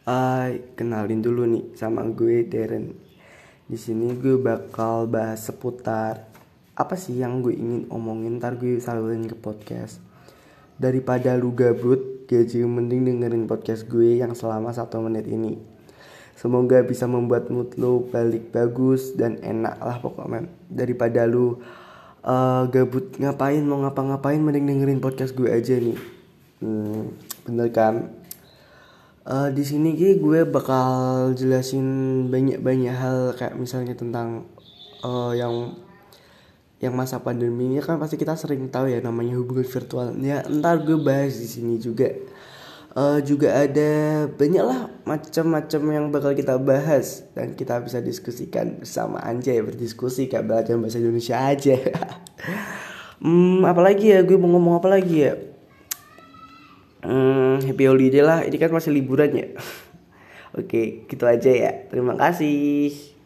Kenalin dulu nih sama gue Darren. Di sini gue bakal bahas seputar apa sih yang gue ingin omongin, ntar gue salurin ke podcast. Daripada lu gabut, jadi mending dengerin podcast gue yang selama 1 menit ini. Semoga bisa membuat mood lu balik bagus dan enak lah pokoknya. Daripada lu gabut ngapain, mau ngapa-ngapain, mending dengerin podcast gue aja nih. Bener kan? Di sini gue bakal jelasin banyak hal kayak misalnya tentang yang masa pandemi ini kan pasti kita sering tahu ya namanya hubungan virtual. Ya, ntar gue bahas di sini juga. Juga ada banyak lah macam-macam yang bakal kita bahas dan kita bisa diskusikan bersama, anjay, berdiskusi kayak belajar bahasa Indonesia aja. Apalagi ya, gue mau ngomong apa lagi ya? Happy holiday lah, ini kan masih liburan ya. Oke, gitu aja ya. Terima kasih.